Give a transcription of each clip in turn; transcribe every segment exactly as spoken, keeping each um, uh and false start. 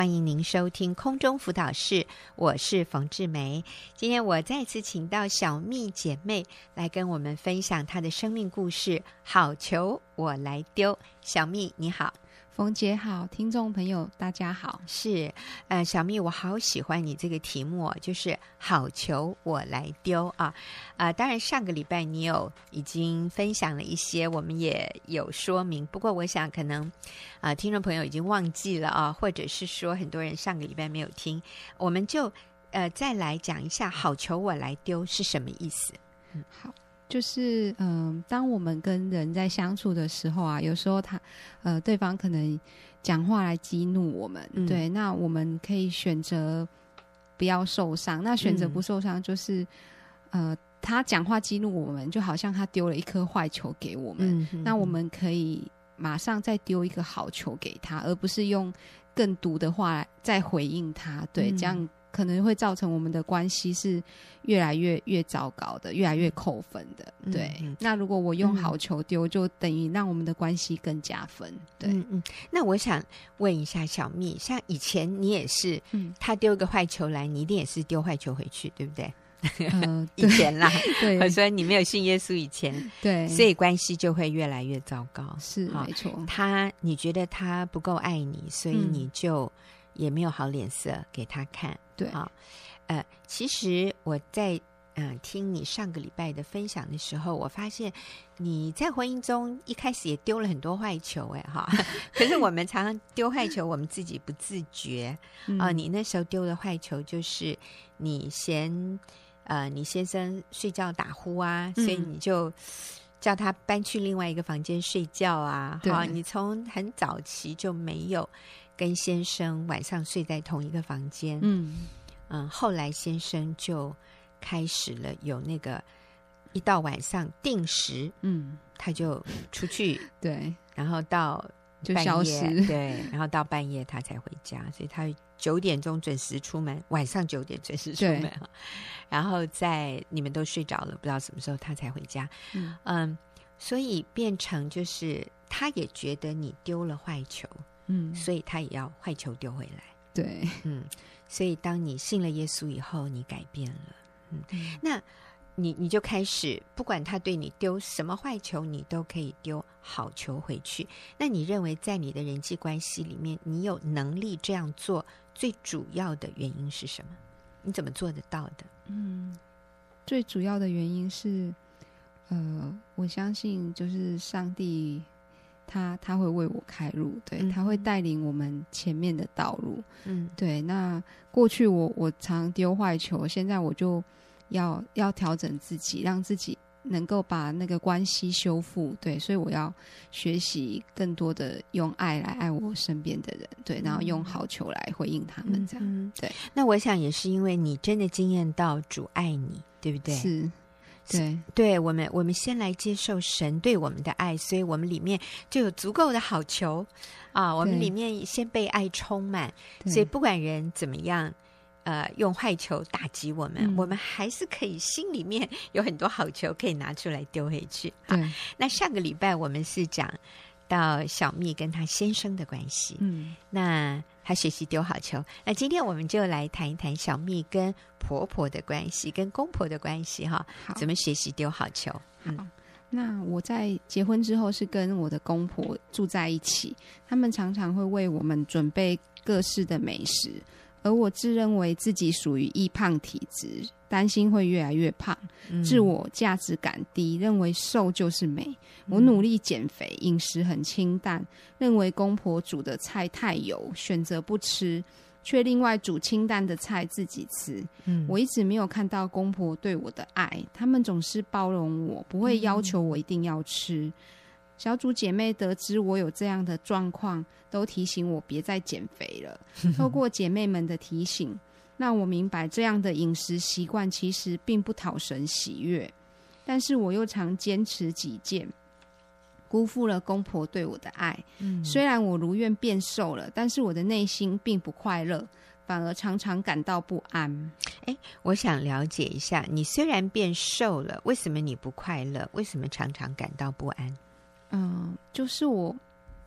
欢迎您收听空中辅导室，我是冯志梅。今天我再次请到小蜜姐妹来跟我们分享她的生命故事，好球我来丢。小蜜你好。 冯姐好，听众朋友大家好。 是，呃，小蜜，我好喜欢你这个题目哦，就是好球我来丢啊！啊、呃，当然上个礼拜你有已经分享了一些，我们也有说明。不过我想可能啊、呃，听众朋友已经忘记了啊，或者是说很多人上个礼拜没有听，我们就呃再来讲一下好球我来丢是什么意思。 嗯，好。就是嗯、呃，当我们跟人在相处的时候啊，有时候他呃对方可能讲话来激怒我们、嗯、对，那我们可以选择不要受伤。那选择不受伤就是、嗯、呃他讲话激怒我们，就好像他丢了一颗坏球给我们、嗯、那我们可以马上再丢一个好球给他，而不是用更毒的话再回应他。对、嗯、这样可能会造成我们的关系是越来越越糟糕的，越来越扣分的。对、嗯、那如果我用好球丢、嗯、就等于让我们的关系更加分。对， 嗯嗯。那我想问一下小蜜，像以前你也是、嗯、他丢个坏球来，你一定也是丢坏球回去，对不对？呃、以前啦， 对， 我说你没有信耶稣以前， 对， 所以关系就会越来越糟糕。 是没错， 他你觉得他不够爱你，所以你就也没有好脸色给他看。 对啊，呃，其实我在嗯、呃、听你上个礼拜的分享的时候，我发现你在婚姻中一开始也丢了很多坏球，哎哈，可是我们常常丢坏球，我们自己不自觉啊、嗯呃。你那时候丢的坏球就是你嫌呃你先生睡觉打呼啊，所以你就叫他搬去另外一个房间睡觉啊。好，你从很早期就没有跟先生晚上睡在同一个房间。嗯嗯，后来先生就开始了有那个一到晚上定时，嗯，他就出去， 对， 然后到就消失， 对，然后到半夜他才回家，所以他九点钟准时出门，晚上九点准时出门，然后在你们都睡着了，不知道什么时候他才回家。嗯, 嗯，所以变成就是他也觉得你丢了坏球，嗯，所以他也要坏球丢回来。 对， 嗯，所以当你信了耶稣以后，你改变了，嗯，嗯那你你就开始，不管他对你丢什么坏球，你都可以丢好球回去。那你认为在你的人际关系里面，你有能力这样做，最主要的原因是什么？你怎么做得到的？ 嗯，最主要的原因是，呃，我相信就是上帝。他他会为我开路，对、嗯、他会带领我们前面的道路。嗯，对。那过去我我常丢坏球，现在我就要要调整自己，让自己能够把那个关系修复。对，所以我要学习更多的用爱来爱我身边的人，对，然后用好球来回应他们，这样、嗯、对。 那我想也是因为你真的经验到主爱你，对不对？ 是。对， 对我们，我们先来接受神对我们的爱，所以我们里面就有足够的好球啊！我们里面先被爱充满，所以不管人怎么样，呃，用坏球打击我们、嗯，我们还是可以心里面有很多好球可以拿出来丢回去。 对， 啊、那上个礼拜我们是讲到小蜜跟她先生的关系，嗯，那她学习丢好球。那今天我们就来谈一谈小蜜跟婆婆的关系，跟公婆的关系哈，怎么学习丢好球。 嗯，好，那我在结婚之后是跟我的公婆住在一起，他们常常会为我们准备各式的美食，而我自认为自己属于易胖体质，担心会越来越胖、嗯、自我价值感低，认为瘦就是美。我努力减肥，饮食很清淡，认为公婆煮的菜太油，选择不吃，却另外煮清淡的菜自己吃、嗯、我一直没有看到公婆对我的爱，他们总是包容我，不会要求我一定要吃、嗯、小组姐妹得知我有这样的状况，都提醒我别再减肥了。透过姐妹们的提醒，让我明白这样的饮食习惯其实并不讨神喜悦，但是我又常坚持己见，辜负了公婆对我的爱、嗯、虽然我如愿变瘦了，但是我的内心并不快乐，反而常常感到不安。 诶，我想了解一下，你虽然变瘦了，为什么你不快乐？为什么常常感到不安？ 嗯，就是我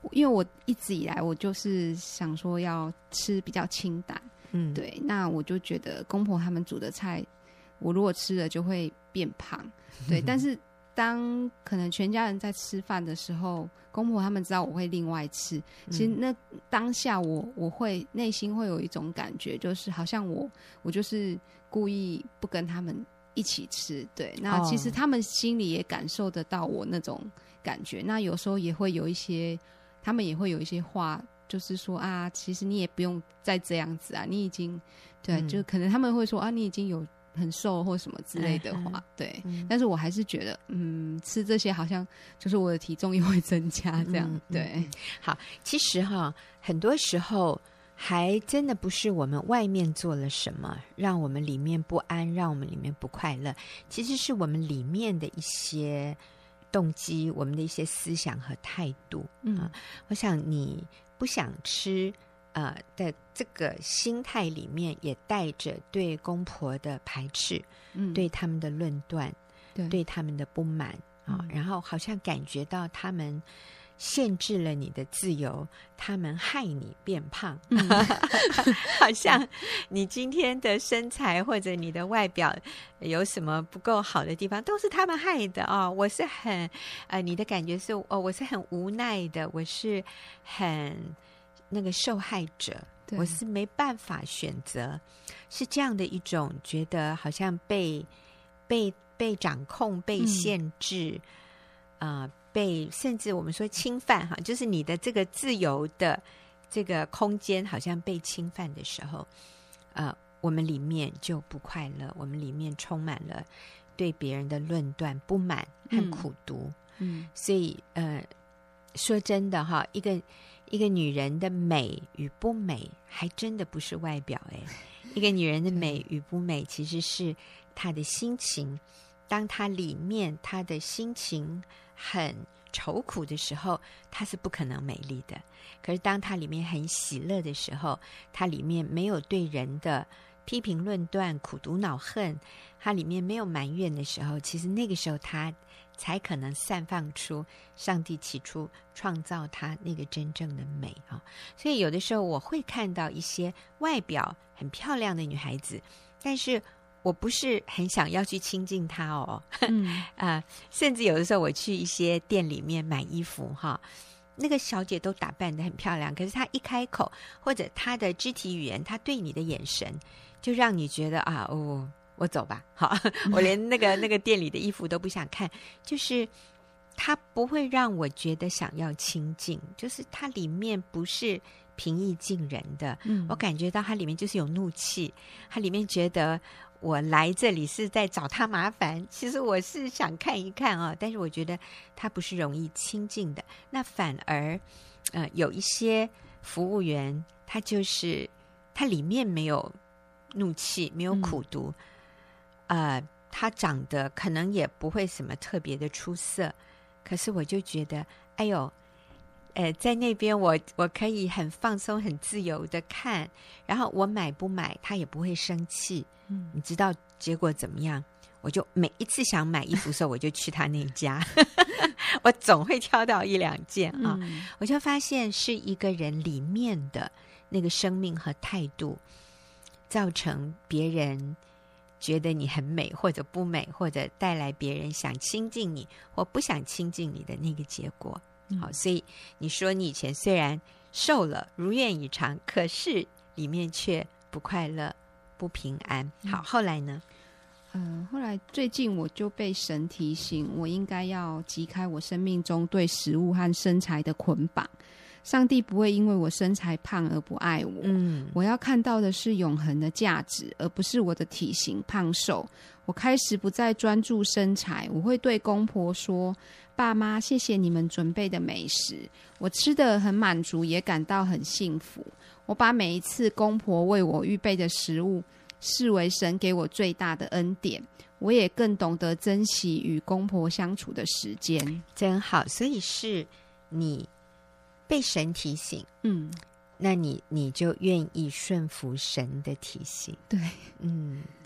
因为我一直以来我就是想说要吃比较清淡，嗯，对，那我就觉得公婆他们煮的菜，我如果吃了就会变胖，对，但是当可能全家人在吃饭的时候，公婆他们知道我会另外吃，其实那当下我我会内心会有一种感觉，就是好像我我就是故意不跟他们一起吃，对，那其实他们心里也感受得到我那种感觉，那有时候也会有一些，他们也会有一些话，就是说啊，其实你也不用再这样子啊，你已经对、嗯，就可能他们会说啊，你已经有很瘦或什么之类的话，嗯、对、嗯，但是我还是觉得，嗯，吃这些好像就是我的体重也会增加，这样、嗯、对、嗯。 好，其实哈，很多时候还真的不是我们外面做了什么让我们里面不安，让我们里面不快乐，其实是我们里面的一些动机，我们的一些思想和态度。嗯，啊、我想你不想吃。呃的这个心态里面也带着对公婆的排斥，嗯，对他们的论断，对，对他们的不满啊、嗯，然后好像感觉到他们限制了你的自由，他们害你变胖，嗯、好像你今天的身材或者你的外表有什么不够好的地方，都是他们害的啊、哦！我是很呃，你的感觉是哦，我是很无奈的，我是很。那个受害者，我是没办法选择，是这样的一种觉得好像被被被掌控、被限制，啊、嗯呃，被甚至我们说侵犯哈，就是你的这个自由的这个空间好像被侵犯的时候，呃，我们里面就不快乐，我们里面充满了对别人的论断、不满和苦毒。嗯，嗯所以呃，说真的哈，一个。一个女人的美与不美还真的不是外表哎，一个女人的美与不美其实是她的心情，当她里面她的心情很愁苦的时候，她是不可能美丽的，可是当她里面很喜乐的时候，她里面没有对人的批评论断苦毒恼恨，她里面没有埋怨的时候，其实那个时候她才可能散放出上帝起初创造她那个真正的美啊！所以有的时候我会看到一些外表很漂亮的女孩子，但是我不是很想要去亲近她哦。嗯呃、甚至有的时候我去一些店里面买衣服哈，那个小姐都打扮得很漂亮，可是她一开口或者她的肢体语言，她对你的眼神，就让你觉得啊哦。我走吧，好，我连那个那个店里的衣服都不想看，就是它不会让我觉得想要亲近，就是它里面不是平易近人的，嗯，我感觉到它里面就是有怒气，它里面觉得我来这里是在找他麻烦，其实我是想看一看啊，但是我觉得它不是容易亲近的，那反而呃有一些服务员，他就是他里面没有怒气，没有苦毒。嗯呃，他长得可能也不会什么特别的出色，可是我就觉得，哎呦，呃，在那边我我可以很放松、很自由的看，然后我买不买，他也不会生气。嗯，你知道结果怎么样？我就每一次想买衣服的时候，我就去他那家，我总会挑到一两件啊。嗯、我就发现是一个人里面的那个生命和态度，造成别人。觉得你很美或者不美，或者带来别人想亲近你或不想亲近你的那个结果。嗯、好，所以你说你以前虽然瘦了如愿以偿，可是里面却不快乐不平安。好，后来呢？ 呃，后来最近我就被神提醒，我应该要击开我生命中对食物和身材的捆绑。上帝不会因为我身材胖而不爱我，嗯，我要看到的是永恒的价值，而不是我的体型胖瘦。我开始不再专注身材，我会对公婆说：爸妈，谢谢你们准备的美食，我吃得很满足，也感到很幸福。我把每一次公婆为我预备的食物视为神给我最大的恩典，我也更懂得珍惜与公婆相处的时间。 真好，所以是你被神提醒，嗯，那你你就愿意顺服神的提醒， 对， 嗯，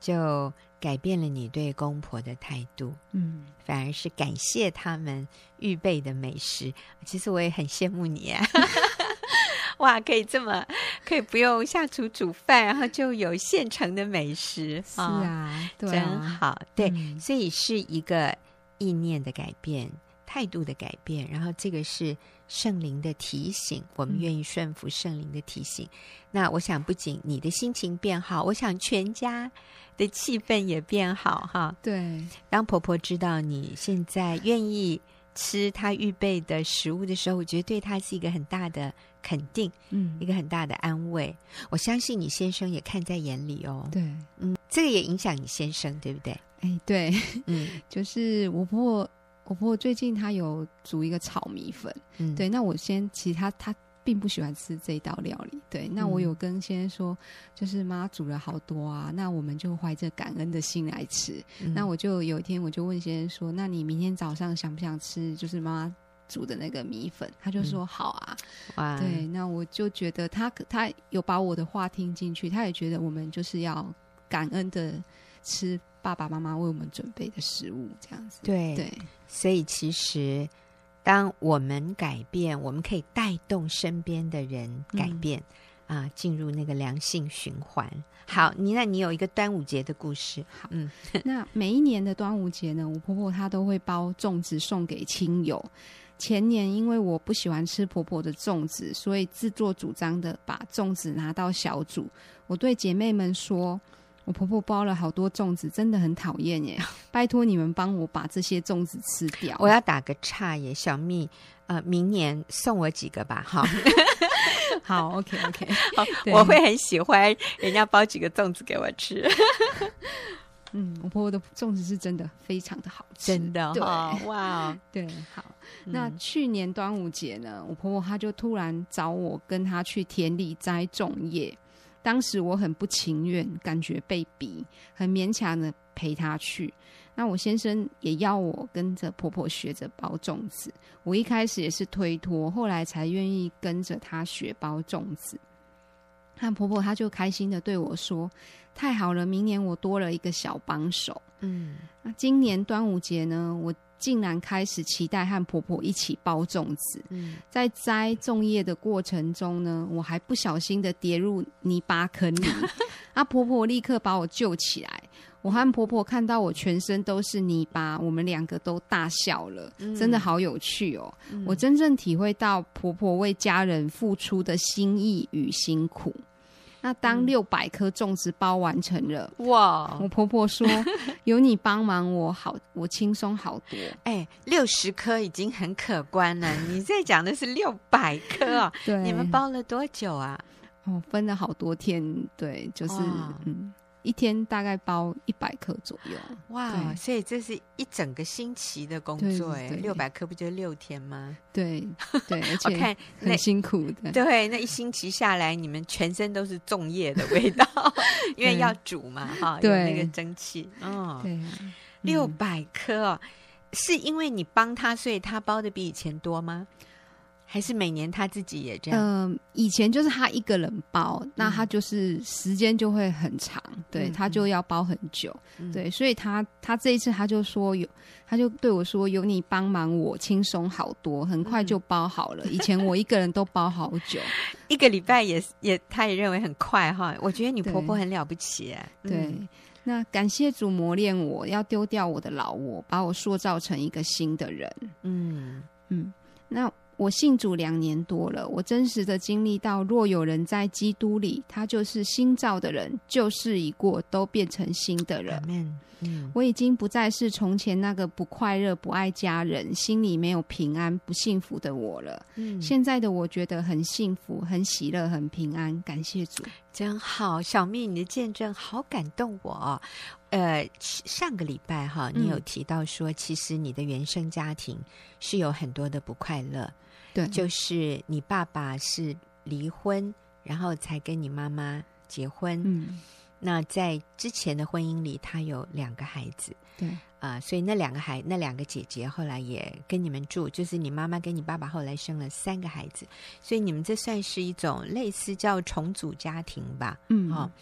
就改变了你对公婆的态度， 嗯， 反而是感谢他们预备的美食。其实我也很羡慕你啊哇，可以这么可以不用下厨煮饭，然后就有现成的美食。 是啊，哦、对啊， 真好。对、 嗯， 所以是一个意念的改变，态度的改变，然后这个是圣灵的提醒，我们愿意顺服圣灵的提醒、嗯、那我想不仅你的心情变好，我想全家的气氛也变好哈。 对， 当婆婆知道你现在愿意吃她预备的食物的时候，我觉得对她是一个很大的肯定， 嗯， 一个很大的安慰。我相信你先生也看在眼里哦。 对， 嗯，这个也影响你先生对不对？ 哎，对， 嗯， 就是我婆婆我婆婆最近她有煮一个炒米粉，嗯，对，那我先其实她她并不喜欢吃这一道料理，对，那我有跟先生说，就是妈煮了好多啊，那我们就怀着感恩的心来吃、嗯、那我就有一天我就问先生说，那你明天早上想不想吃就是妈妈煮的那个米粉？他就说、嗯、好啊。哇，对，那我就觉得他他有把我的话听进去，他也觉得我们就是要感恩的吃爸爸妈妈为我们准备的食物，这样子。 对对，所以其实当我们改变，我们可以带动身边的人改变、嗯、啊，进入那个良性循环。好，你那你有一个端午节的故事。 好，嗯，那每一年的端午节呢，我婆婆她都会包粽子送给亲友。前年因为我不喜欢吃婆婆的粽子，所以自作主张的把粽子拿到小组。我对姐妹们说，我婆婆包了好多粽子，真的很讨厌耶，拜托你们帮我把这些粽子吃掉。 我要打个岔耶，小蜜呃，明年送我几个吧。好好 OK OK 好，我会很喜欢人家包几个粽子给我吃嗯，我婆婆的粽子是真的非常的好吃， 真的哈、哦，哇， 对，好、嗯。那去年端午节呢，我婆婆她就突然找我跟她去田里摘粽叶，当时我很不情愿，感觉被逼，很勉强的陪她去。那我先生也要我跟着婆婆学着包粽子，我一开始也是推脱，后来才愿意跟着她学包粽子。那婆婆她就开心的对我说，太好了，明年我多了一个小帮手。嗯，那今年端午节呢，我竟然开始期待和婆婆一起包粽子。嗯，在摘粽叶的过程中呢，我还不小心的跌入泥巴坑里啊，婆婆立刻把我救起来。我和婆婆看到我全身都是泥巴，我们两个都大笑了、嗯、真的好有趣哦、嗯、我真正体会到婆婆为家人付出的心意与辛苦。那当六百颗粽子包完成了，哇！我婆婆说：“有你帮忙我好，我轻松好多。” 哎，六十颗已经很可观了，你在讲的是六百颗啊？ 对， 你们包了多久啊？ 哦，分了好多天，对，就是嗯。一天大概包一百克左右， 哇！所以这是一整个星期的工作哎，六百克不就六天吗？ 对对，而且我看很辛苦的。 对，那一星期下来，你们全身都是粽叶的味道，因为要煮嘛，哈，有那个蒸汽。哦，对、啊，六百克、哦，是因为你帮他，所以他包的比以前多吗？还是每年他自己也这样？ 嗯、呃，以前就是他一个人包，嗯、那他就是时间就会很长，对、嗯，他就要包很久，嗯、对，所以他他这一次他就说有，他就对我说有你帮忙，我轻松好多，很快就包好了。嗯、以前我一个人都包好久， 一个礼拜也也，他也认为很快哈。我觉得你婆婆很了不起， 对。对嗯那感谢主磨练我，要丢掉我的老我，把我塑造成一个新的人。嗯嗯，那。我信主两年多了，我真实的经历到，若有人在基督里，他就是新造的人，旧事已过，都变成新的人。嗯、我已经不再是从前那个不快乐、不爱家人、心里没有平安、不幸福的我了。嗯、现在的我觉得很幸福、很喜乐、很平安，感谢主， 真好。小蜜，你的见证好感动我、哦。呃，上个礼拜哈，你有提到说，嗯、其实你的原生家庭是有很多的不快乐。对，就是你爸爸是离婚，然后才跟你妈妈结婚。嗯，那在之前的婚姻里，他有两个孩子。对啊、呃，所以那两个孩那两个姐姐后来也跟你们住，就是你妈妈跟你爸爸后来生了三个孩子，所以你们这算是一种类似叫重组家庭吧？嗯，哦，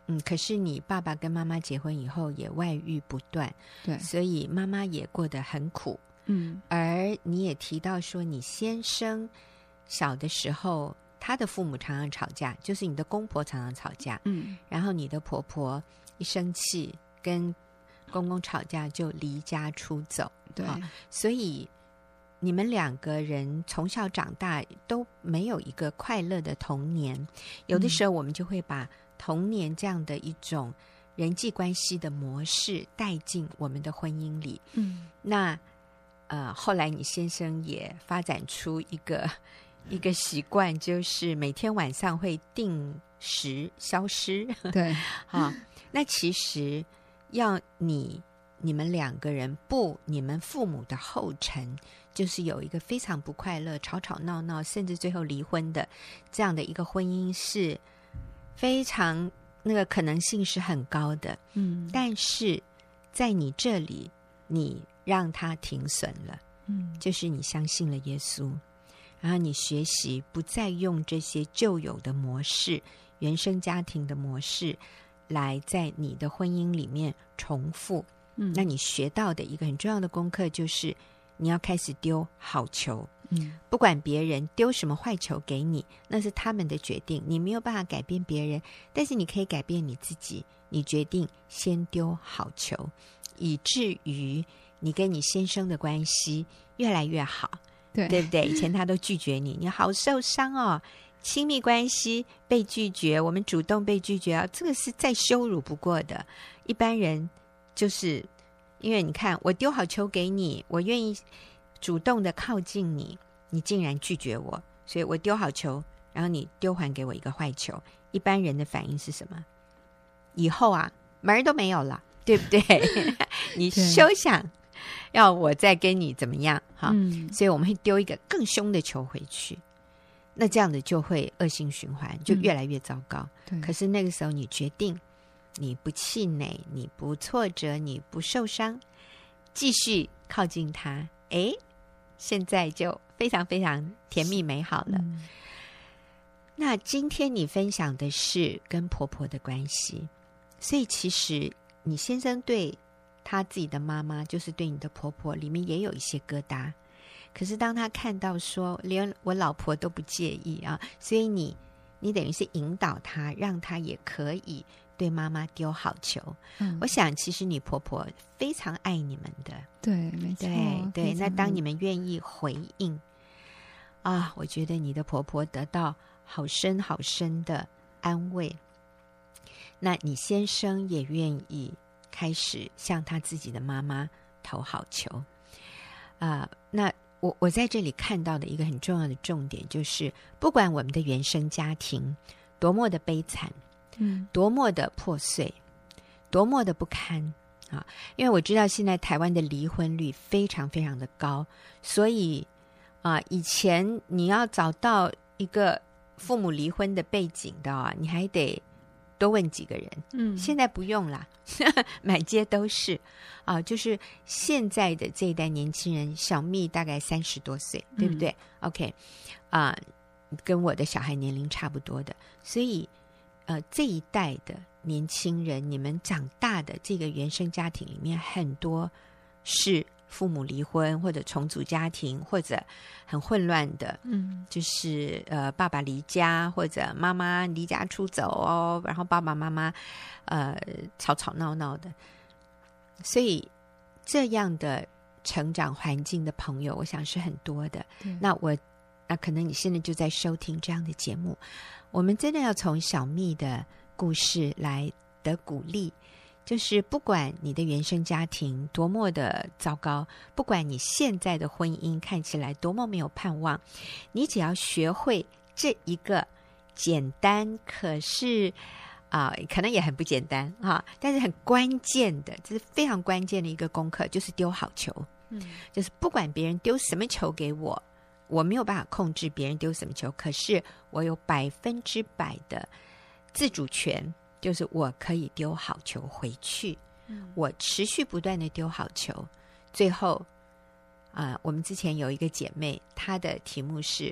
嗯，可是你爸爸跟妈妈结婚以后也外遇不断， 对， 所以妈妈也过得很苦。 嗯， 而你也提到说，你先生小的时候，他的父母常常吵架，就是你的公婆常常吵架， 嗯， 然后你的婆婆一生气跟公公吵架就离家出走， 对， 啊，所以你们两个人从小长大都没有一个快乐的童年。有的时候我们就会把童年这样的一种人际关系的模式带进我们的婚姻里。 嗯， 那呃，后来你先生也发展出一个一个习惯，就是每天晚上会定时消失。 对， 啊，那其实要你你们两个人步你们父母的后尘，就是有一个非常不快乐、吵吵闹闹，甚至最后离婚的这样的一个婚姻，是非常那个可能性是很高的。 嗯， 但是在你这里，你让它停损了， 嗯， 就是你相信了耶稣，然后你学习不再用这些旧有的模式、原生家庭的模式来在你的婚姻里面重复。 嗯， 那你学到的一个很重要的功课就是你要开始丢好球。 嗯， 不管别人丢什么坏球给你，那是他们的决定，你没有办法改变别人，但是你可以改变你自己。你决定先丢好球，以至于你跟你先生的关系越来越好， 对， 对不对？以前他都拒绝你，你好受伤哦。亲密关系被拒绝，我们主动被拒绝啊，这个是再羞辱不过的。一般人就是因为你看，我丢好球给你，我愿意主动的靠近你，你竟然拒绝我，所以我丢好球，然后你丢还给我一个坏球。一般人的反应是什么？以后啊，门儿都没有了，对不对？你休想要我再跟你怎么样哈、嗯？所以我们会丢一个更凶的球回去，那这样子就会恶性循环，就越来越糟糕。 嗯、 可是那个时候你决定，你不气馁，你不挫折，你不受伤，继续靠近他，哎，现在就非常非常甜蜜美好了。嗯、那今天你分享的是跟婆婆的关系，所以其实你先生对他自己的妈妈，就是对你的婆婆里面也有一些疙瘩。可是当他看到说连我老婆都不介意啊，所以你你等于是引导他，让他也可以对妈妈丢好球。嗯、我想其实你婆婆非常爱你们的。 对，没错。 对对，那当你们愿意回应啊，我觉得你的婆婆得到好深好深的安慰。那你先生也愿意开始向他自己的妈妈投好球啊、呃。那我我在这里看到的一个很重要的重点就是，不管我们的原生家庭多么的悲惨，嗯，多么的破碎，多么的不堪啊！因为我知道现在台湾的离婚率非常非常的高，所以啊，以前你要找到一个父母离婚的背景的啊，你还得多问几个人，嗯，现在不用啦，满街都是啊，就是现在的这一代年轻人，小蜜大概三十多岁，对不对、嗯、？OK， 啊，跟我的小孩年龄差不多的，所以呃，这一代的年轻人，你们长大的这个原生家庭里面，很多是父母离婚或者重组家庭，或者很混乱的，嗯，就是呃爸爸离家或者妈妈离家出走哦，然后爸爸妈妈呃吵吵闹闹的，所以这样的成长环境的朋友，我想是很多的。那我那可能你现在就在收听这样的节目，我们真的要从小蜜的故事来得鼓励。就是不管你的原生家庭多么的糟糕，不管你现在的婚姻看起来多么没有盼望，你只要学会这一个简单，可是啊、呃，可能也很不简单啊，但是很关键的，这是非常关键的一个功课，就是丢好球。嗯，就是不管别人丢什么球给我，我没有办法控制别人丢什么球，可是我有百分之百的自主权。就是我可以丢好球回去、嗯、我持续不断的丢好球，最后啊、呃，我们之前有一个姐妹，她的题目是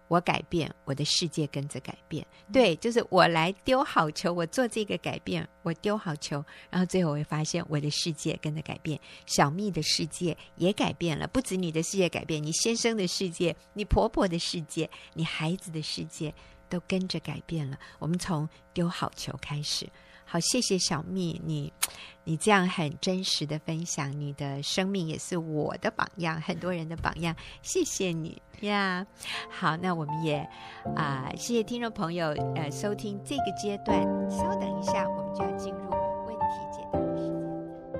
我改变，我的世界跟着改变。对，就是我来丢好球，我做这个改变，我丢好球，然后最后我会发现我的世界跟着改变，小蜜的世界也改变了，不止你的世界改变，你先生的世界，你婆婆的世界，你孩子的世界都跟着改变了。我们从丢好球开始。好，谢谢小蜜，你你这样很真实的分享，你的生命也是我的榜样，很多人的榜样，谢谢你呀。Yeah. 好，那我们也啊、呃，谢谢听众朋友呃收听这个阶段，稍等一下，我们就要进入问题解答的时间。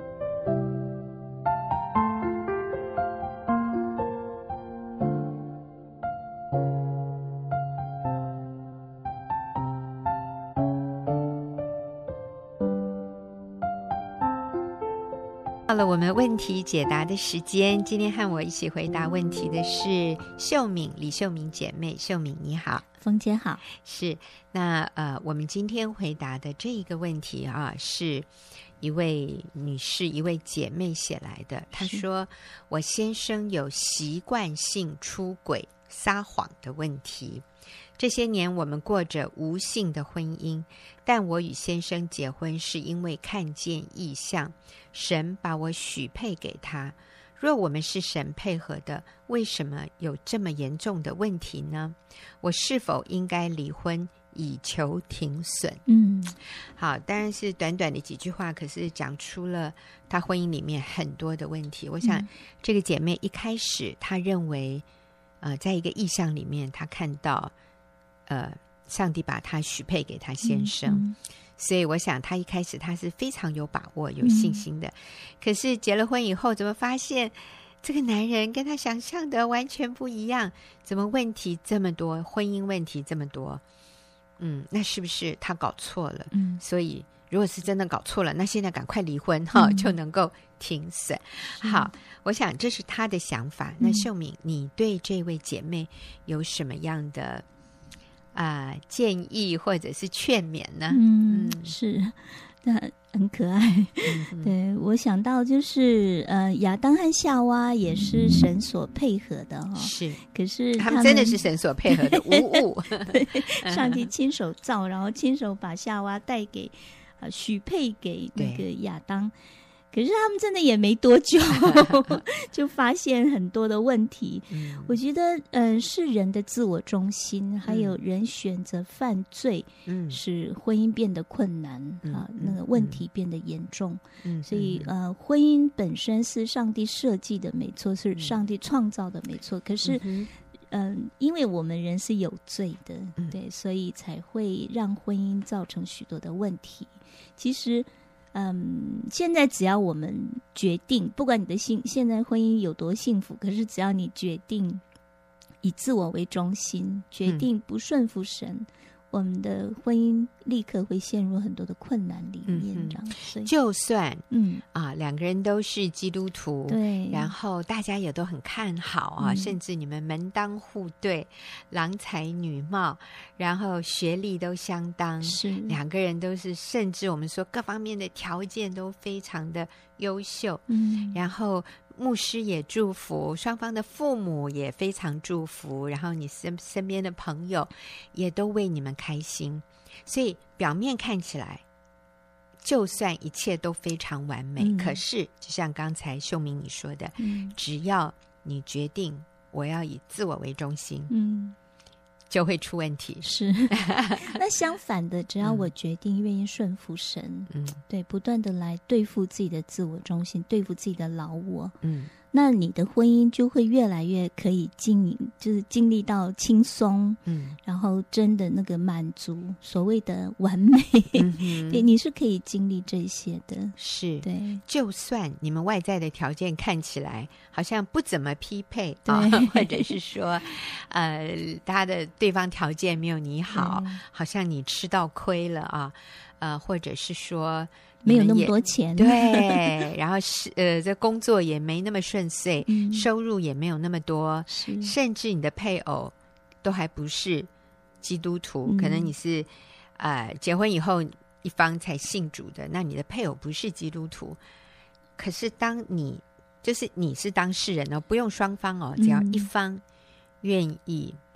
到了我们问题解答的时间，今天和我一起回答问题的是秀敏，李秀敏姐妹。秀敏你好。 冯姐好。 是，那呃，我们今天回答的这一个问题啊，是一位女士，一位姐妹写来的。她说，我先生有习惯性出轨撒谎的问题，这些年我们过着无性的婚姻，但我与先生结婚是因为看见异象，神把我许配给他。若我们是神配合的，为什么有这么严重的问题呢？我是否应该离婚以求停损？ 嗯， 好，当然是短短的几句话，可是讲出了他婚姻里面很多的问题。我想、嗯、这个姐妹一开始她认为呃，在一个意象里面她看到呃，上帝把她许配给她先生、嗯嗯、所以我想她一开始她是非常有把握有信心的、嗯、可是结了婚以后怎么发现这个男人跟她想象的完全不一样，怎么问题这么多，婚姻问题这么多，嗯，那是不是她搞错了？嗯，所以如果是真的搞错了，那现在赶快离婚哈、嗯，就能够停损。好，我想这是她的想法、嗯、那秀敏你对这位姐妹有什么样的啊、呃、建议或者是劝勉呢？ 嗯，嗯是那很可爱、嗯、对，我想到就是呃，亚当和夏娃也是神所配合的哈、哦， 是， 可是 他, 他们真的是神所配合的无误对，上帝亲手造，然后亲手把夏娃带给呃许配给那个亚当，可是他们真的也没多久就发现很多的问题、嗯、我觉得嗯、呃，是人的自我中心，还有人选择犯罪、嗯、使婚姻变得困难、嗯、啊、嗯，那个问题变得严重、嗯、所以呃，婚姻本身是上帝设计的没错，是上帝创造的没错、嗯、可是嗯、呃，因为我们人是有罪的、嗯、对，所以才会让婚姻造成许多的问题。其实嗯，现在只要我们决定，不管你的幸现在婚姻有多幸福，可是只要你决定以自我为中心，决定不顺服神、嗯、我们的婚姻立刻会陷入很多的困难里面、嗯、这样。所以就算嗯啊两个人都是基督徒， 对， 然后大家也都很看好啊、嗯、甚至你们门当户对，郎才女貌，然后学历都相当， 是两个人都是，甚至我们说各方面的条件都非常的优秀，嗯，然后牧师也祝福，双方的父母也非常祝福，然后你身身边的朋友也都为你们开心，所以表面看起来就算一切都非常完美、嗯、可是就像刚才秀明你说的、嗯、只要你决定我要以自我为中心，嗯，就会出问题。 是那相反的，只要我决定愿意顺服神，嗯，对，不断的来对付自己的自我中心，对付自己的老我，嗯，那你的婚姻就会越来越可以经营，就是经历到轻松，嗯，然后真的那个满足，所谓的完美、嗯、对，你是可以经历这些的。是，对， 就算你们外在的条件看起来好像不怎么匹配，对、啊，或者是说呃他的对方条件没有你好，好像你吃到亏了啊，呃或者是说没有那么多钱， 对，然后是呃，这工作也没那么顺遂、嗯，收入也没有那么多，甚至你的配偶都还不是基督徒，嗯、可能你是呃结婚以后一方才信主的，那你的配偶不是基督徒，可是当你就是你是当事人哦，不用双方哦，只要一方愿意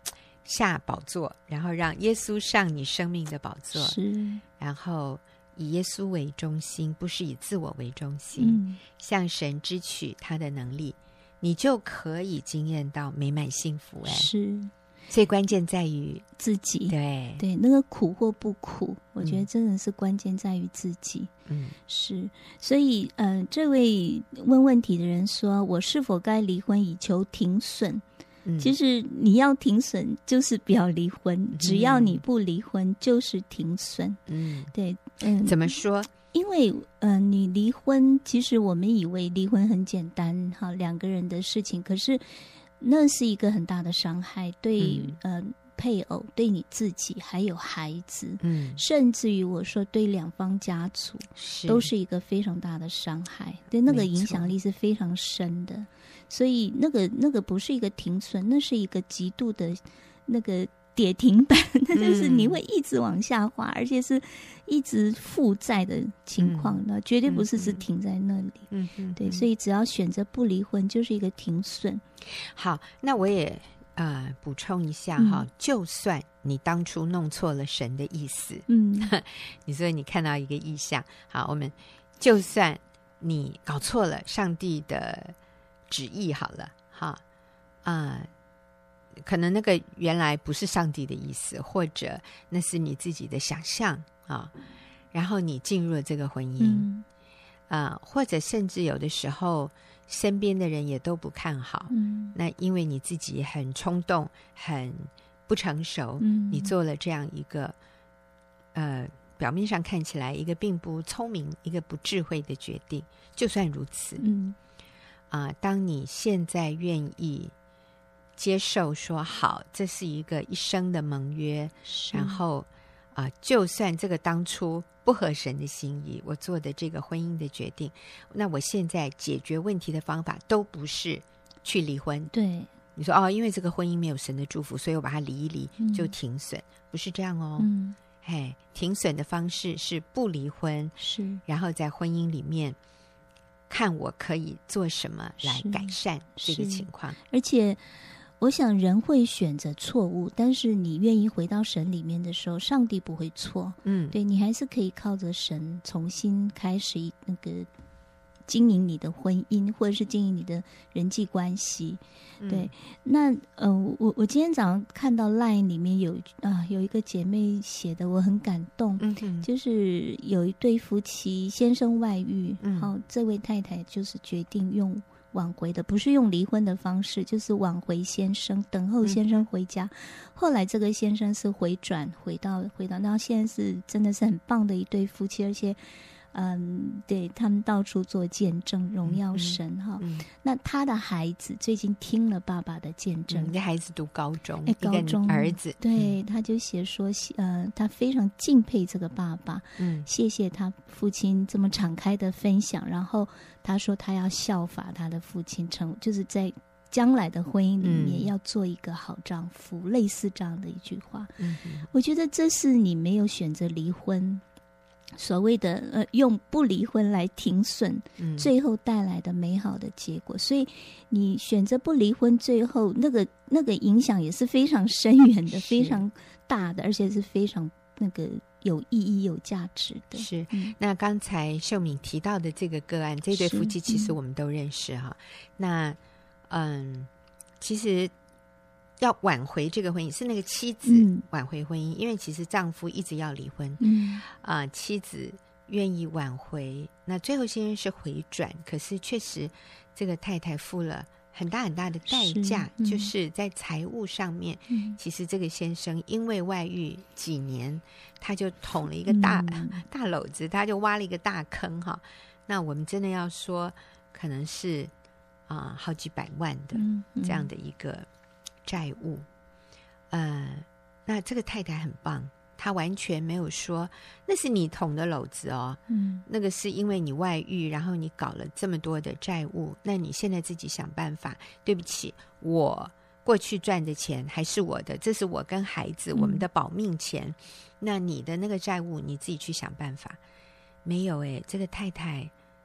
下宝座，然后让耶稣上你生命的宝座， 是， 然后以耶稣为中心，不是以自我为中心， 嗯， 向神支取他的能力，你就可以经验到美满幸福。哎， 是， 所以关键在于自己， 对对，那个苦或不苦，我觉得真的是关键在于自己。 嗯， 是，所以呃，这位问问题的人说，我是否该离婚以求停损？ 嗯其实你要停损，就是不要离婚； 嗯只要你不离婚，就是停损。 嗯， 对，嗯， 怎么说？ 因为呃，你离婚，其实我们以为离婚很简单，哈，两个人的事情，可是那是一个很大的伤害，对、 嗯、 呃配偶、对你自己还有孩子， 嗯， 甚至于我说对两方家族， 是都是一个非常大的伤害，对那个影响力是非常深的。所以那个那个不是一个停损，那是一个极度的那个跌停板，那就是你会一直往下滑，而且是一直负债的情况呢、嗯，绝对不是只停在那里。嗯嗯，对，所以只要选择不离婚，就是一个停损。 好，那我也呃补充一下哈、嗯，就算你当初弄错了神的意思，嗯，你说你看到一个意象，好，我们就算你搞错了上帝的旨意好了，哈啊、呃，可能那个原来不是上帝的意思，或者那是你自己的想象啊，然后你进入了这个婚姻，嗯，啊、呃，或者甚至有的时候身边的人也都不看好，嗯，那因为你自己很冲动、很不成熟，嗯，你做了这样一个呃，表面上看起来一个并不聪明、一个不智慧的决定，就算如此，嗯。啊、呃，当你现在愿意接受说好，这是一个一生的盟约，然后啊、呃，就算这个当初不合神的心意，我做的这个婚姻的决定，那我现在解决问题的方法都不是去离婚。 对， 你说哦，因为这个婚姻没有神的祝福，所以我把它离一离就停损，嗯、不是这样哦。嗯，嘿，停损的方式是不离婚， 是， 然后在婚姻里面。看我可以做什么来改善这个情况， 而且我想人会选择错误，但是你愿意回到神里面的时候，上帝不会错。嗯，对，你还是可以靠着神重新开始一那个经营你的婚姻，或者是经营你的人际关系。嗯、对，那呃，我我今天早上看到 LINE 里面有啊、呃、有一个姐妹写的，我很感动。嗯嗯，就是有一对夫妻，先生外遇，嗯，好，这位太太就是决定用挽回的，不是用离婚的方式，就是挽回先生，等候先生回家。嗯、后来这个先生是回转回到回到，然后现在是真的是很棒的一对夫妻，而且。嗯，对他们到处做见证，荣耀神哈、嗯嗯。那他的孩子最近听了爸爸的见证， 你、嗯、的孩子读高中， 哎，高中儿子， 对，嗯、他就写说，呃，他非常敬佩这个爸爸，嗯，谢谢他父亲这么敞开的分享，然后他说他要效法他的父亲，成就是在将来的婚姻里面要做一个好丈夫，嗯、类似这样的一句话。嗯，我觉得这是你没有选择离婚。所谓的呃，用不离婚来停损，嗯，最后带来的美好的结果。所以你选择不离婚，最后那个那个影响也是非常深远的，非常大的，而且是非常那个有意义、有价值的。 是。嗯、那刚才秀敏提到的这个个案，这对夫妻其实我们都认识哈。嗯、那嗯，其实。要挽回这个婚姻是那个妻子挽回婚姻，嗯、因为其实丈夫一直要离婚，嗯啊、呃，妻子愿意挽回，那最后先生是回转，可是确实这个太太付了很大很大的代价，是嗯、就是在财务上面，嗯、其实这个先生因为外遇几年，他就捅了一个大、嗯、大篓子，他就挖了一个大坑哈。那我们真的要说，可能是啊、呃、好几百万的这样的一个。债务，呃，那这个太太很棒，她完全没有说那是你捅的篓子哦，嗯，那个是因为你外遇，然后你搞了这么多的债务，那你现在自己想办法。对不起，我过去赚的钱还是我的，这是我跟孩子、嗯、我们的保命钱。那你的那个债务你自己去想办法。没有诶，这个太太，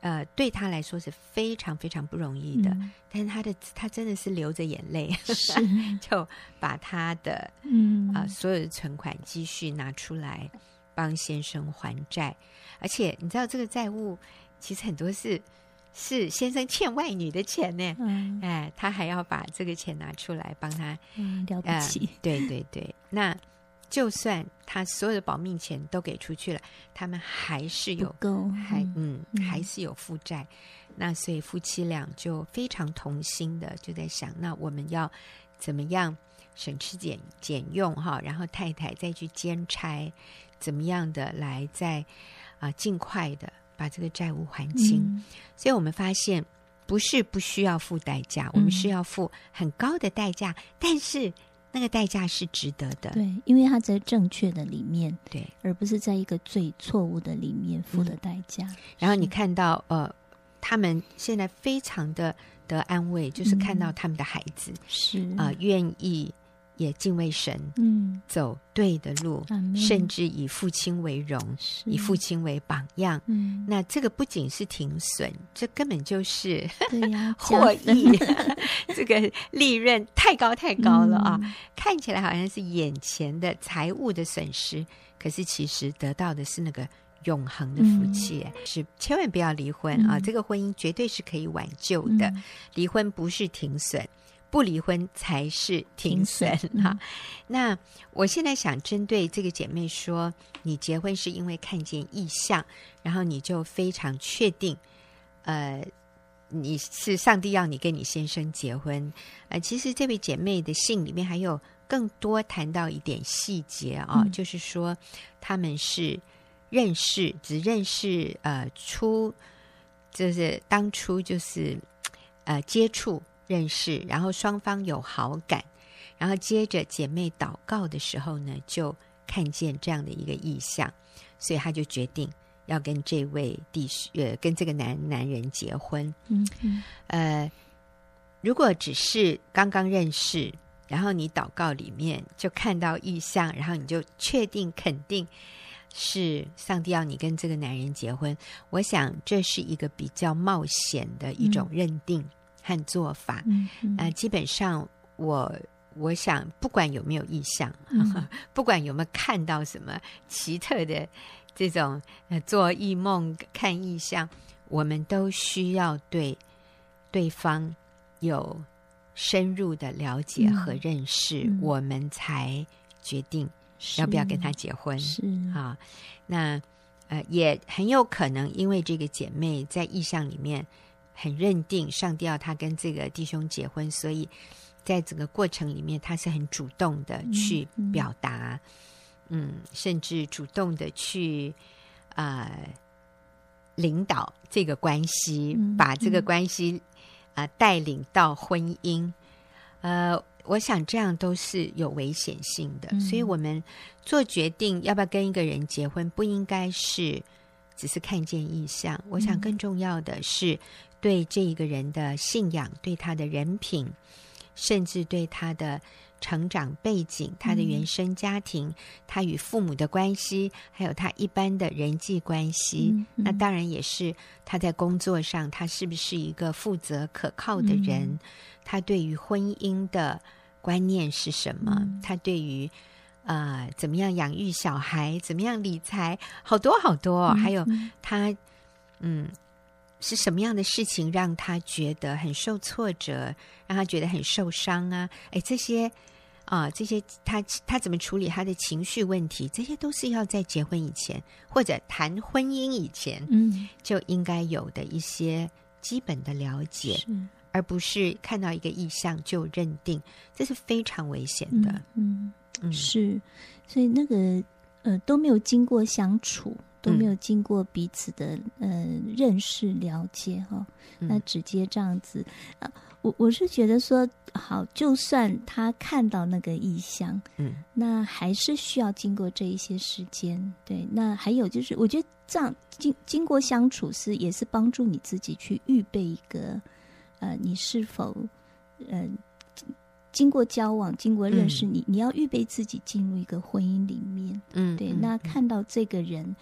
呃，对他来说是非常非常不容易的， 嗯、 但是他的他真的是流着眼泪， 是就把他的嗯啊、呃、所有的存款积蓄拿出来帮先生还债，而且你知道这个债务其实很多是是先生欠外女的钱呢， 嗯， 哎，他还要把这个钱拿出来帮他， 嗯，了不起， 呃、对对对，那。就算他所有的保命钱都给出去了，他们还是有不够， 还嗯, 嗯还是有负债。那所以夫妻俩就非常同心的就在想，那我们要怎么样省吃俭俭用哈？然后太太再去兼差，怎么样的来再啊、呃、尽快的把这个债务还清。 嗯、 所以我们发现不是不需要付代价，我们是要付很高的代价，嗯、但是。那个代价是值得的， 对，因为他在正确的里面， 对， 而不是在一个最错误的里面付的代价。嗯、 然后你看到，呃，他们现在非常的得安慰，就是看到他们的孩子、嗯、 是啊、呃，愿意也敬畏神， 嗯， 走对的路，甚至以父亲为荣，以父亲为榜样。 嗯， 那这个不仅是停损，这根本就是对呀、啊， 获益，这个利润太高太高了啊！ 嗯、 看起来好像是眼前的财务的损失，可是其实得到的是那个永恒的福气，嗯、是千万不要离婚、嗯、啊！这个婚姻绝对是可以挽救的，嗯、离婚不是停损。不离婚才是停损哈、嗯。那我现在想针对这个姐妹说，你结婚是因为看见异象，然后你就非常确定，呃，你是上帝要你跟你先生结婚。呃，其实这位姐妹的信里面还有更多谈到一点细节啊、哦嗯，就是说他们是认识，只认识呃初，就是当初就是呃接触。认识，然后双方有好感，然后接着姐妹祷告的时候呢，就看见这样的一个意象，所以她就决定要跟这位弟呃跟这个男男人结婚。 嗯嗯， 呃，如果只是刚刚认识，然后你祷告里面就看到意象，然后你就确定肯定是上帝要你跟这个男人结婚，我想这是一个比较冒险的一种认定。嗯和做法， 嗯嗯呃，基本上我我想，不管有没有意象， 嗯、 不管有没有看到什么奇特的这种呃做异梦、看异象，我们都需要对对方有深入的了解和认识， 嗯、 我们才决定要不要跟他结婚。 是啊，那呃也很有可能，因为这个姐妹在异象里面。很认定上帝要他跟这个弟兄结婚，所以在整个过程里面他是很主动的去表达， 嗯, 嗯甚至主动的去呃领导这个关系， 嗯、 把这个关系啊、呃、带领到婚姻。呃我想这样都是有危险性的、嗯、所以我们做决定要不要跟一个人结婚，不应该是只是看见异象，我想更重要的是对这一个人的信仰，对他的人品，甚至对他的成长背景，他的原生家庭、嗯、他与父母的关系，还有他一般的人际关系、嗯嗯、那当然也是他在工作上他是不是一个负责可靠的人、嗯、他对于婚姻的观念是什么、嗯、他对于呃，怎么样养育小孩，怎么样理财，好多好多、哦嗯、还有他嗯是什么样的事情让他觉得很受挫折，让他觉得很受伤啊，哎，这些啊、呃，这些他他怎么处理他的情绪问题，这些都是要在结婚以前或者谈婚姻以前嗯就应该有的一些基本的了解，而不是看到一个意象就认定，这是非常危险的。 嗯，嗯是，所以那个呃都没有经过相处，都没有经过彼此的呃认识了解哈、嗯，那直接这样子，呃、我我是觉得说，好，就算他看到那个意象， 嗯，那还是需要经过这一些时间。对，那还有就是，我觉得这样经经过相处是也是帮助你自己去预备一个。呃，你是否呃经过交往、经过认识你，嗯、你要预备自己进入一个婚姻里面。 嗯， 对。 嗯、 那看到这个人，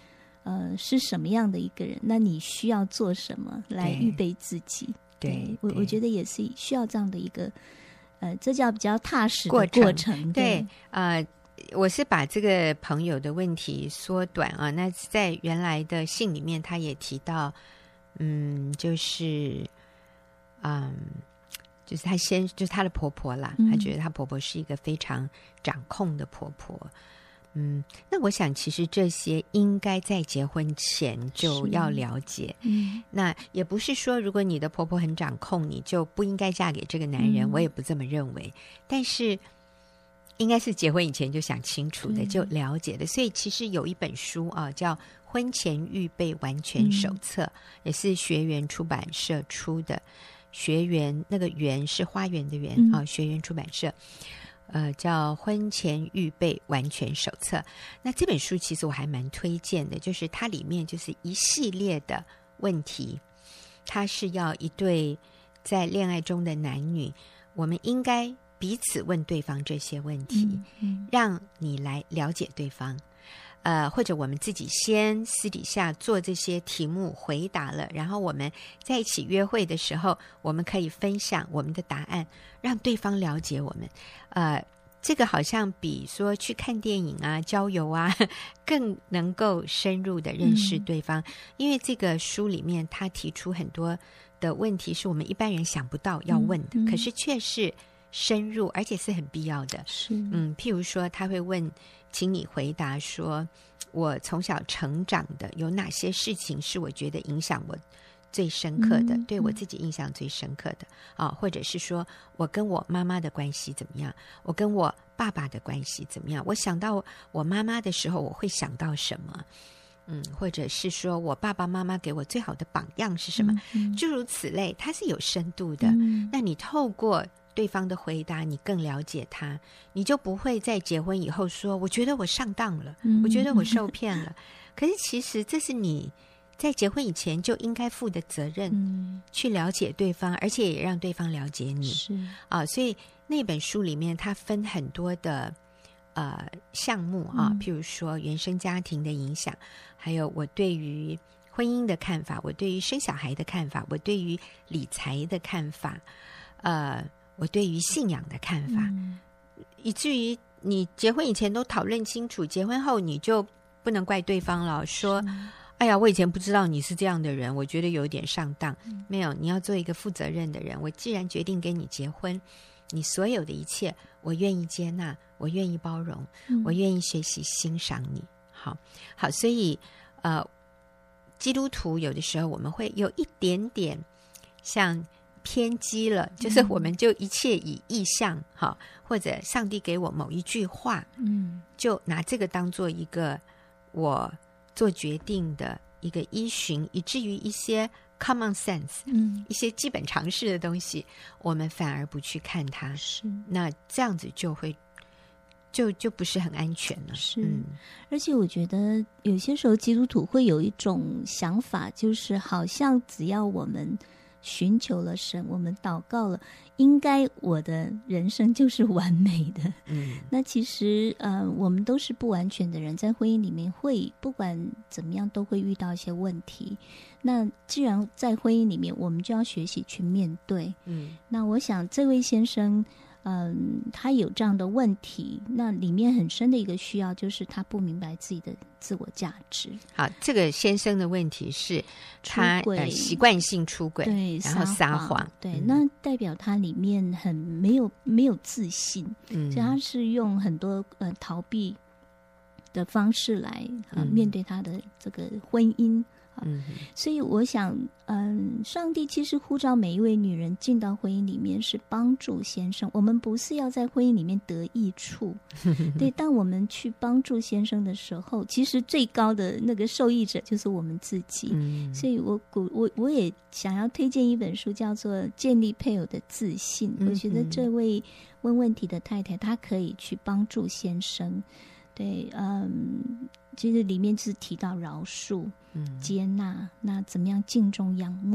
呃是什么样的一个人，那你需要做什么来预备自己。 对， 对我我觉得也是需要这样的一个呃，这叫比较踏实的过程。 过程对，呃，我是把这个朋友的问题缩短啊。那在原来的信里面，他也提到，嗯，就是嗯。就是她先就是她的婆婆啦，她、嗯、觉得她婆婆是一个非常掌控的婆婆。嗯，那我想其实这些应该在结婚前就要了解。嗯，那也不是说如果你的婆婆很掌控，你就不应该嫁给这个男人，嗯、我也不这么认为。但是应该是结婚以前就想清楚的，就了解的。所以其实有一本书啊，叫《婚前预备完全手册》，嗯、也是学园出版社出的。学园那个园是花园的园、嗯、啊，学园出版社，呃，叫《婚前预备完全手册》。那这本书其实我还蛮推荐的，就是它里面就是一系列的问题，它是要一对在恋爱中的男女，我们应该彼此问对方这些问题，嗯嗯、让你来了解对方。呃，或者我们自己先私底下做这些题目回答了，然后我们在一起约会的时候，我们可以分享我们的答案，让对方了解我们。呃，这个好像比说去看电影啊、郊游啊，更能够深入的认识对方。嗯、因为这个书里面他提出很多的问题是我们一般人想不到要问的，嗯嗯、可是却是深入，而且是很必要的。 是， 嗯，譬如说他会问。请你回答说，我从小成长的有哪些事情是我觉得影响我最深刻的，嗯、对我自己印象最深刻的啊，或者是说我跟我妈妈的关系怎么样，我跟我爸爸的关系怎么样，我想到我妈妈的时候我会想到什么，嗯，或者是说我爸爸妈妈给我最好的榜样是什么，嗯嗯、诸如此类，它是有深度的。嗯、那你透过对方的回答，你更了解他，你就不会在结婚以后说我觉得我上当了，嗯、我觉得我受骗了。可是其实这是你在结婚以前就应该负的责任，嗯、去了解对方，而且也让对方了解你。 是啊，所以那本书里面它分很多的呃项目啊，嗯、譬如说原生家庭的影响，还有我对于婚姻的看法，我对于生小孩的看法，我对于理财的看法，呃。我对于信仰的看法，嗯、以至于你结婚以前都讨论清楚，结婚后你就不能怪对方了，说哎呀我以前不知道你是这样的人，我觉得有点上当。嗯、没有，你要做一个负责任的人，我既然决定跟你结婚，你所有的一切我愿意接纳，我愿意包容，嗯、我愿意学习欣赏你。好好，所以呃基督徒有的时候我们会有一点点像偏激了，就是我们就一切以意象哈、嗯，或者上帝给我某一句话，嗯，就拿这个当做一个我做决定的一个依循，以至于一些 common sense， 嗯，一些基本常识的东西，我们反而不去看它， 是， 那这样子就会就就不是很安全了。 是、嗯，而且我觉得有些时候基督徒会有一种想法，就是好像只要我们寻求了神，我们祷告了，应该我的人生就是完美的。嗯，那其实呃，我们都是不完全的人，在婚姻里面会不管怎么样都会遇到一些问题。那既然在婚姻里面，我们就要学习去面对。嗯，那我想这位先生。嗯，他有这样的问题，那里面很深的一个需要就是他不明白自己的自我价值。 好，这个先生的问题是他呃习惯性出轨， 对， 然后撒谎， 对，嗯、那代表他里面很没有没有自信，嗯，所以他是用很多呃逃避的方式来呃、嗯、面对他的这个婚姻。嗯，所以我想，嗯，上帝其实呼召每一位女人进到婚姻里面是帮助先生，我们不是要在婚姻里面得益处。对，当我们去帮助先生的时候，其实最高的那个受益者就是我们自己。嗯，所以我鼓我我也想要推荐一本书，叫做《建立配偶的自信》。嗯，我觉得这位问问题的太太，她可以去帮助先生。对，嗯，其实里面是提到饶恕、嗯、接纳，那怎么样敬重、仰慕，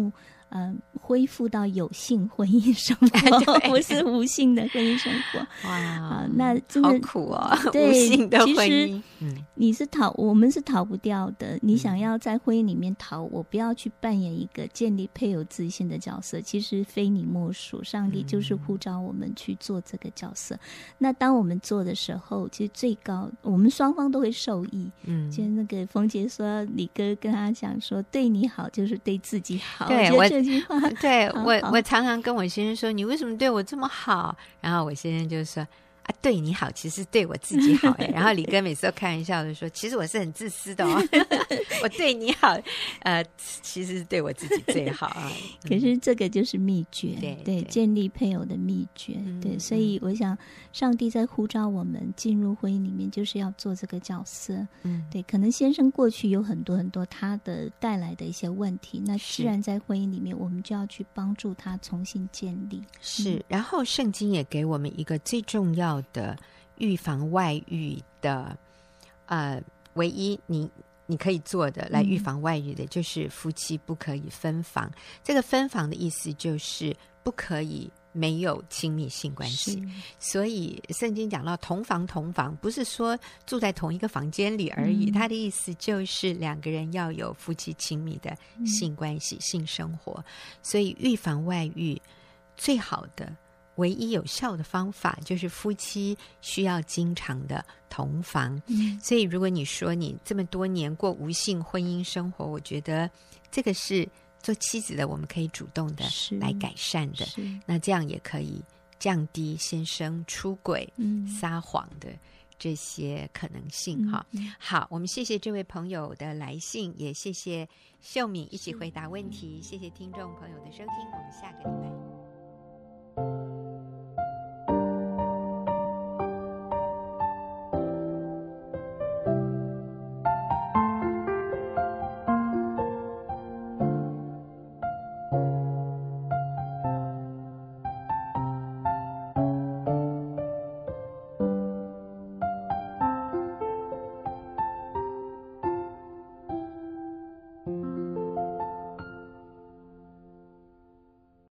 嗯、呃，恢复到有性婚姻生活，不是无性的婚姻生活。 哇， 啊，那真的好苦哦， 对， 无性的婚姻， 其实嗯， 你是逃，我们是逃不掉的。你想要在婚姻里面逃，我不要去扮演一个建立配偶自信的角色，其实非你莫属。上帝就是呼召我们去做这个角色。嗯、那当我们做的时候，其实最高，我们双方都会受益。嗯，就那个冯杰说，李哥跟他讲说，对你好就是对自己好。 对， 我觉得这句话， 对好好我我常常跟我先生说，你为什么对我这么好？然后我先生就说，啊，对你好，其实对我自己好哎。然后李哥每次都开玩笑的说，其实我是很自私的哦，我对你好，呃，其实是对我自己最好啊。 可是这个就是秘诀， 对对，建立配偶的秘诀， 嗯、 对。所以我想，上帝在呼召我们进入婚姻里面，就是要做这个角色。嗯，对。可能先生过去有很多很多他的带来的一些问题，那自然在婚姻里面，我们就要去帮助他重新建立。 是， 嗯、 然后圣经也给我们一个最重要的预防外遇的，呃，唯一你你可以做的来预防外遇的，嗯、就是夫妻不可以分房。这个分房的意思就是不可以没有亲密性关系。所以圣经讲到同房同房，不是说住在同一个房间里而已，嗯、它的意思就是两个人要有夫妻亲密的性关系、嗯、性生活。所以预防外遇最好的唯一有效的方法就是夫妻需要经常的同房。嗯、所以如果你说你这么多年过无性婚姻生活，我觉得这个是做妻子的我们可以主动的来改善的，那这样也可以降低先生出轨、嗯、撒谎的这些可能性哈。嗯嗯、好，我们谢谢这位朋友的来信，也谢谢秀敏一起回答问题，谢谢听众朋友的收听，我们下个礼拜